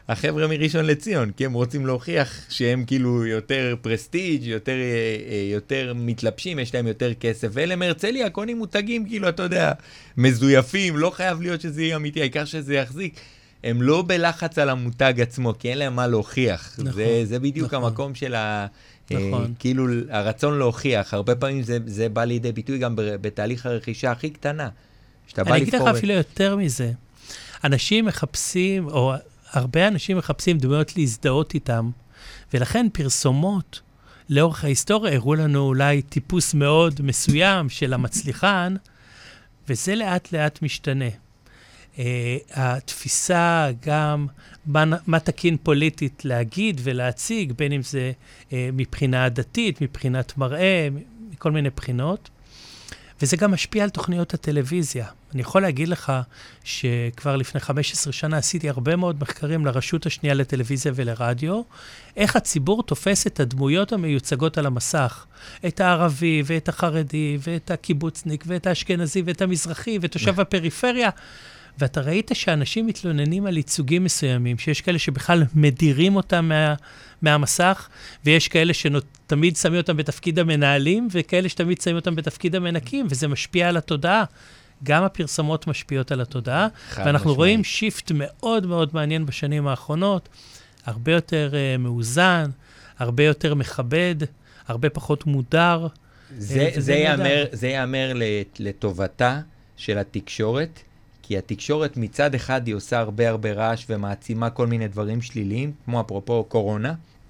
החבר'ה מראשון לציון, כי הם רוצים להוכיח שהם כאילו יותר פרסטיג', יותר מתלבשים, יש להם יותר כסף, ואלה מהרצליה, קונים מותגים כאילו, אתה יודע, מזויפים, לא חייב להיות שזה יהיה אמיתי, העיקר שזה יחזיק. הם לא בלחץ על המותג עצמו, כי אין להם מה להוכיח. נכון, זה בדיוק נכון. המקום של נכון. כאילו הרצון להוכיח. הרבה פעמים זה בא לידי ביטוי גם בתהליך הרכישה הכי קטנה. אני אגיד לך אפילו יותר מזה. אנשים מחפשים, או הרבה אנשים מחפשים דמויות להזדהות איתם, ולכן פרסומות לאורך ההיסטוריה הראו לנו אולי טיפוס מאוד מסוים של המצליחן, וזה לאט לאט משתנה. התפיסה גם מה תקין פוליטית להגיד ולהציג, בין אם זה מבחינה דתית, מבחינת מראה, מכל מיני בחינות. וזה גם משפיע על תוכניות הטלוויזיה. אני יכול להגיד לך שכבר לפני 15 שנה עשיתי הרבה מאוד מחקרים לרשות השנייה לטלוויזיה ולרדיו, איך הציבור תופס את הדמויות המיוצגות על המסך, את הערבי ואת החרדי ואת הקיבוצניק ואת האשכנזי ואת המזרחי ותושב הפריפריה, ואתה ראית שאנשים מתלוננים על ייצוגים מסוימים, שיש כאלה שבכלל מדירים אותם מהמסך, ויש כאלה שתמיד שמים אותם בתפקיד המנהלים, וכאלה שתמיד שמים אותם בתפקיד המנקים, וזה משפיע על התודעה. גם הפרסומות משפיעות על התודעה, ואנחנו רואים שיפט מאוד מאוד מעניין בשנים האחרונות, הרבה יותר מאוזן, הרבה יותר מכבד, הרבה פחות מודר. זה יאמר לטובתה של התקשורת, כי התקשורת מצד אחד היא עושה הרבה רעש ומעצימה כל מיני דברים שליליים, כמו אפרופו קורונה,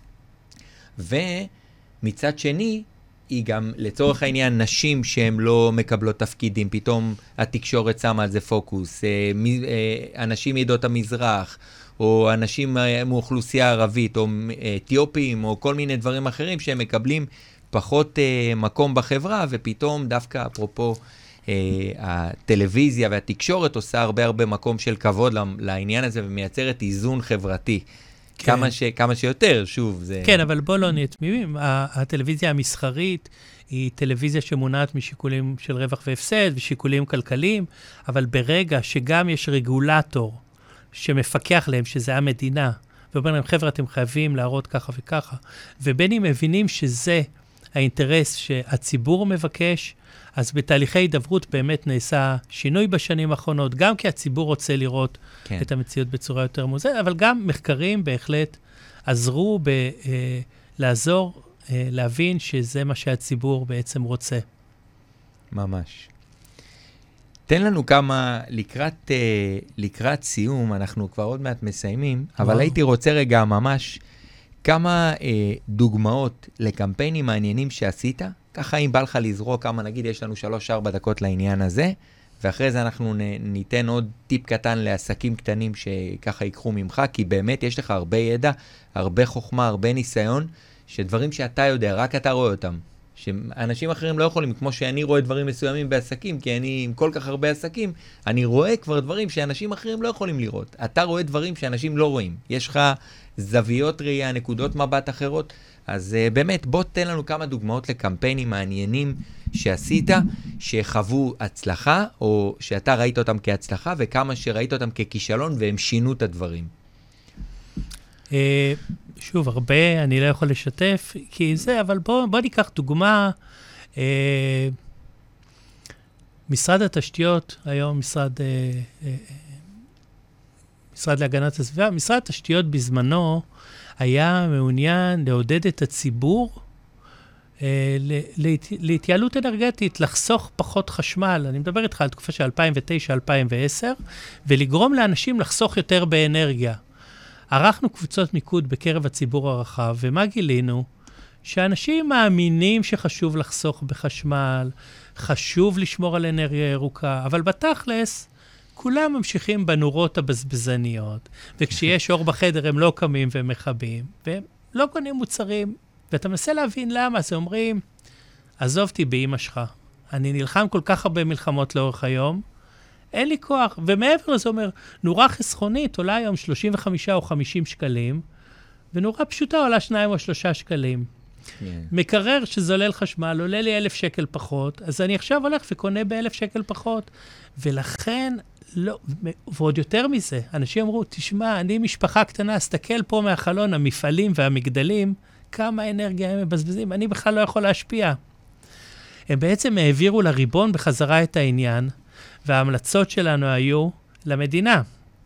ומצד שני, היא גם לצורך העניין נשים שהן לא מקבלות תפקידים, פתאום התקשורת שמה על זה פוקוס, אנשים מעדות המזרח, או אנשים מאוכלוסייה ערבית, או אתיופים, או כל מיני דברים אחרים שהם מקבלים פחות מקום בחברה, ופתאום דווקא אפרופו הטלוויזיה והתקשורת עושה הרבה מקום של כבוד לעניין הזה, ומייצרת איזון חברתי. כן. כמה שיותר, שוב. זה... כן, אבל בוא לא נהיה תמימים. הטלוויזיה המסחרית היא טלוויזיה שמונעת משיקולים של רווח והפסד, ושיקולים כלכליים, אבל ברגע שגם יש רגולטור שמפקח להם, שזה המדינה, ואומר להם, חבר'ה, אתם חייבים להראות ככה וככה, ובין אם מבינים שזה האינטרס שהציבור מבקש, אז בתהליכי הידברות באמת נעשה שינוי בשנים האחרונות, גם כי הציבור רוצה לראות כן. את המציאות בצורה יותר מוזרת, אבל גם מחקרים בהחלט עזרו לעזור להבין שזה מה שהציבור בעצם רוצה. ממש. תן לנו כמה, לקראת סיום, אנחנו כבר עוד מעט מסיימים, אבל הייתי רוצה רגע ממש כמה דוגמאות לקמפיינים מעניינים שעשית, ככה אם בא לך לזרוק כמה, נגיד יש לנו 3-4 דקות לעניין הזה, ואחרי זה אנחנו ניתן עוד טיפ קטן לעסקים קטנים שככה ייקחו ממך, כי באמת יש לך הרבה ידע, הרבה חוכמה, הרבה ניסיון, שדברים שאתה יודע, רק אתה רואה אותם. שאנשים אחרים לא יכולים, כמו שאני רואה דברים מסוימים בעסקים, כי אני עם כל כך הרבה עסקים, אני רואה כבר דברים שאנשים אחרים לא יכולים לראות. אתה רואה דברים שאנשים לא רואים. יש לך זוויות ראייה, נקודות מבט אחרות, אז באמת בוא תן לנו כמה דוגמאות לקמפיינים מעניינים שעשית, שחוו הצלחה, או שאתה ראית אותם כהצלחה, וכמה שראית אותם ככישלון, והם שינו את הדברים. שוב, הרבה אני לא יכול לשתף, כי זה, אבל בוא ניקח דוגמה. משרד התשתיות, היום משרד להגנת הסביבה, משרד התשתיות בזמנו היה מעוניין לעודד את הציבור להתייעלות אנרגטית, לחסוך פחות חשמל. אני מדבר איתך על תקופה של 2009-2010, ולגרום לאנשים לחסוך יותר באנרגיה. ערכנו קבוצות מיקוד בקרב הציבור הרחב, ומה גילינו? שאנשים מאמינים שחשוב לחסוך בחשמל, חשוב לשמור על אנרגיה ירוקה, אבל בתכלס, כולם ממשיכים בנורות הבזבזניות, וכשיש אור בחדר הם לא קמים ומחבים, והם לא קונים מוצרים, ואתה מנסה להבין למה, אז אומרים, עזוב אותי באמא שלך, אני נלחם כל כך הרבה מלחמות לאורך היום, אין לי כוח, ומעבר לזה אומר, נורה חסכונית עולה היום 35 או 50 שקלים, ונורה פשוטה עולה 2 או 3 שקלים. מקרר שזולל חשמל, עולה לי 1,000 שקל פחות, אז אני עכשיו הולך וקונה ב1,000 שקל פחות, ולכן לא, ועוד יותר מזה, אנשים אמרו, תשמע, אני משפחה קטנה, סתכל פה מהחלון, המפעלים והמגדלים, כמה אנרגיה הם מבזבזים, אני בכלל לא יכול להשפיע. הם בעצם העבירו לריבון בחזרה את העניין, וההמלצות שלנו היו למדינה.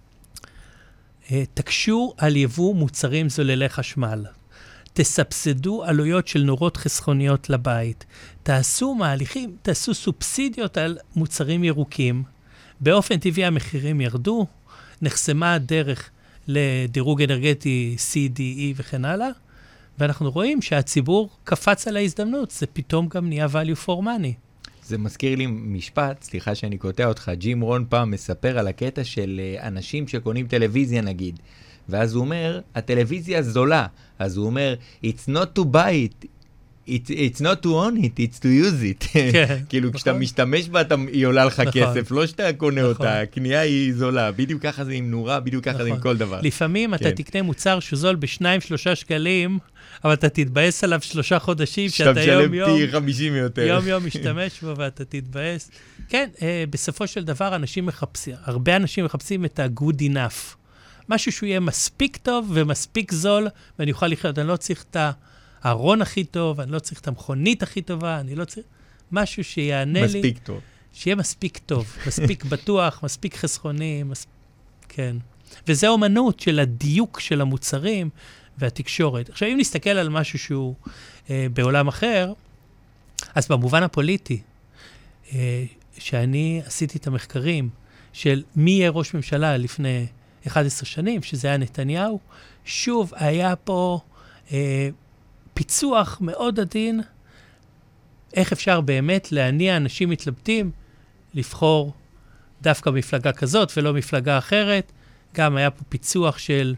תקשו על יבוא מוצרים זוללי חשמל. תסבסדו עלויות של נורות חסכוניות לבית. תעשו מהליכים, תעשו סובסידיות על מוצרים ירוקים. באופן טבעי המחירים ירדו, נחסמה הדרך לדירוג אנרגטי C, D, E וכן הלאה, ואנחנו רואים שהציבור קפץ על ההזדמנות, זה פתאום גם נהיה value for money. זה מזכיר לי משפט, סליחה שאני קוטע אותך, ג'ים רון פעם מספר על הקטע של אנשים שקונים טלוויזיה נגיד, ואז הוא אומר, הטלוויזיה זולה, אז הוא אומר, it's not to buy it, it's not to own it, it's to use it. כאילו, כשאתה משתמש בה, היא עולה לך כסף, לא שאתה קונה אותה, הקנייה היא זולה, בדיוק ככה זה עם נורה, בדיוק ככה זה עם כל דבר. לפעמים אתה תקנה מוצר שזול ב2-3 שקלים, אבל אתה תתבאס עליו 3 חודשים, שאתה יום משתמש בו ואתה תתבאס. כן, בסופו של דבר אנשים מחפשים, הרבה אנשים מחפשים את ה-good enough. משהו שהוא יהיה מספיק טוב ומספיק זול, ואני אוכל לחיות, אני לא צריך את הארון הכי טוב, אני לא צריך את המכונית הכי טובה, אני לא צריך משהו שיענה לי. מספיק טוב. שיהיה מספיק טוב, מספיק בטוח, מספיק חסכוני, כן. וזה אומנות של הדיוק של המוצרים והתקשורת. עכשיו, אם נסתכל על משהו שהוא בעולם אחר, אז במובן הפוליטי, שאני עשיתי את המחקרים של מי יהיה ראש ממשלה לפני 11 שנים, שזה היה נתניהו, שוב היה פה פיצוח מאוד עדין, איך אפשר באמת להניע אנשים מתלבטים, לבחור דווקא מפלגה כזאת ולא מפלגה אחרת. גם היה פה פיצוח של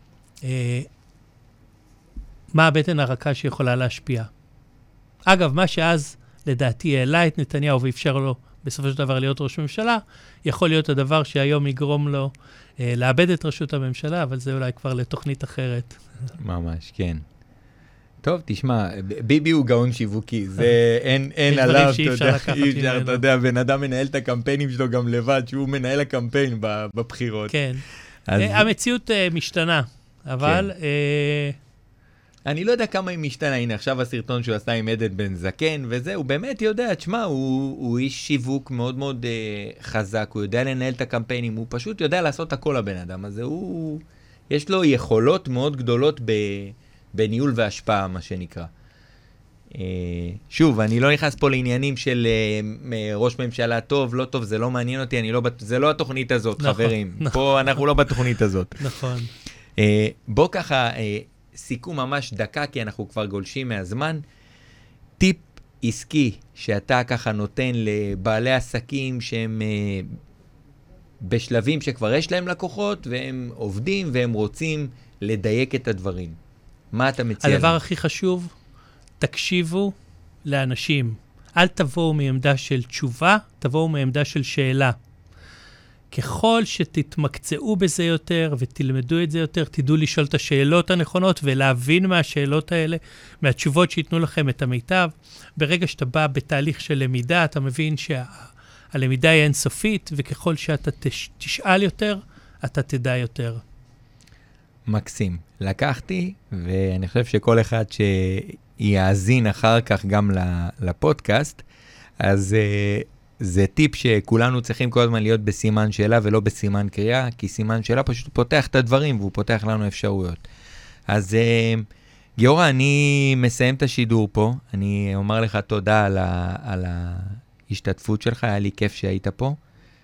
מה הבטן הרכה שיכולה להשפיע. אגב, מה שאז לדעתי העלה את נתניהו ואפשר לו בסופו של דבר להיות ראש ממשלה, יכול להיות הדבר שהיום יגרום לו לאבד את ראשות הממשלה, אבל זה אולי כבר לתוכנית אחרת. ממש, כן. טוב, תשמע, ביבי הוא גאון שיווקי, זה אין עליו, אתה יודע, בן אדם מנהל את הקמפיינים שלו גם לבד, שהוא מנהל הקמפיין בבחירות. כן, המציאות משתנה, אבל אני לא יודע כמה היא משתנה, הנה עכשיו הסרטון שהוא עשה עם עדן בן זקן, וזה, הוא באמת יודע, תשמע, הוא איש שיווק מאוד מאוד חזק, הוא יודע לנהל את הקמפיינים, הוא פשוט יודע לעשות הכל הבן אדם הזה, יש לו יכולות מאוד גדולות בניהול והשפעה, מה שנקרא. שוב, אני לא נכנס פה לעניינים של ראש ממשלה טוב, לא טוב, זה לא מעניין אותי, זה לא התוכנית הזאת, חברים. פה אנחנו לא בתוכנית הזאת. נכון. בוא ככה, סיכום ממש דקה, כי אנחנו כבר גולשים מהזמן. טיפ עסקי שאתה ככה נותן לבעלי עסקים שהם בשלבים שכבר יש להם לקוחות, והם עובדים והם רוצים לדייק את הדברים. מה אתה מציע? הדבר הכי חשוב, תקשיבו לאנשים. אל תבואו מעמדה של תשובה, תבואו מעמדה של שאלה. ככל שתתמקצעו בזה יותר ותלמדו את זה יותר, תדעו לשאול את השאלות הנכונות ולהבין מהשאלות האלה, מהתשובות שיתנו לכם את המיטב. ברגע שאתה בא בתהליך של למידה, אתה מבין שהלמידה היא אינסופית, וככל שאתה תשאל יותר, אתה תדע יותר. מקסים. לקחתי, ואני חושב שכל אחד שיאזין אחר כך גם לפודקאסט, אז זה טיפ שכולנו צריכים כל הזמן להיות בסימן שאלה ולא בסימן קריאה, כי סימן שאלה פשוט פותח את הדברים, והוא פותח לנו אפשרויות. אז גיורא, אני מסיים את השידור פה, אני אומר לך תודה על ההשתתפות שלך, היה לי כיף שהיית פה,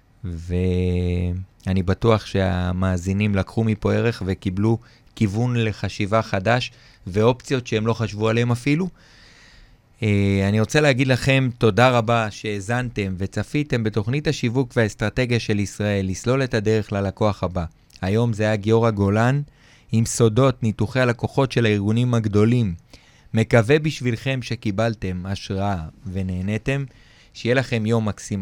ואני בטוח שהמאזינים לקחו מפה ערך וקיבלו כיוון לחשיבה חדש, ואופציות שהם לא חשבו עליהם אפילו. אני רוצה להגיד לכם תודה רבה שהזנתם וצפיתם בתוכנית השיווק והאסטרטגיה של ישראל, לסלול את הדרך ללקוח הבא. היום זה היה גיורא גולן, עם סודות ניתוחי הלקוחות של הארגונים הגדולים. מקווה בשבילכם שקיבלתם השראה ונהנתם, שיהיה לכם יום מקסים.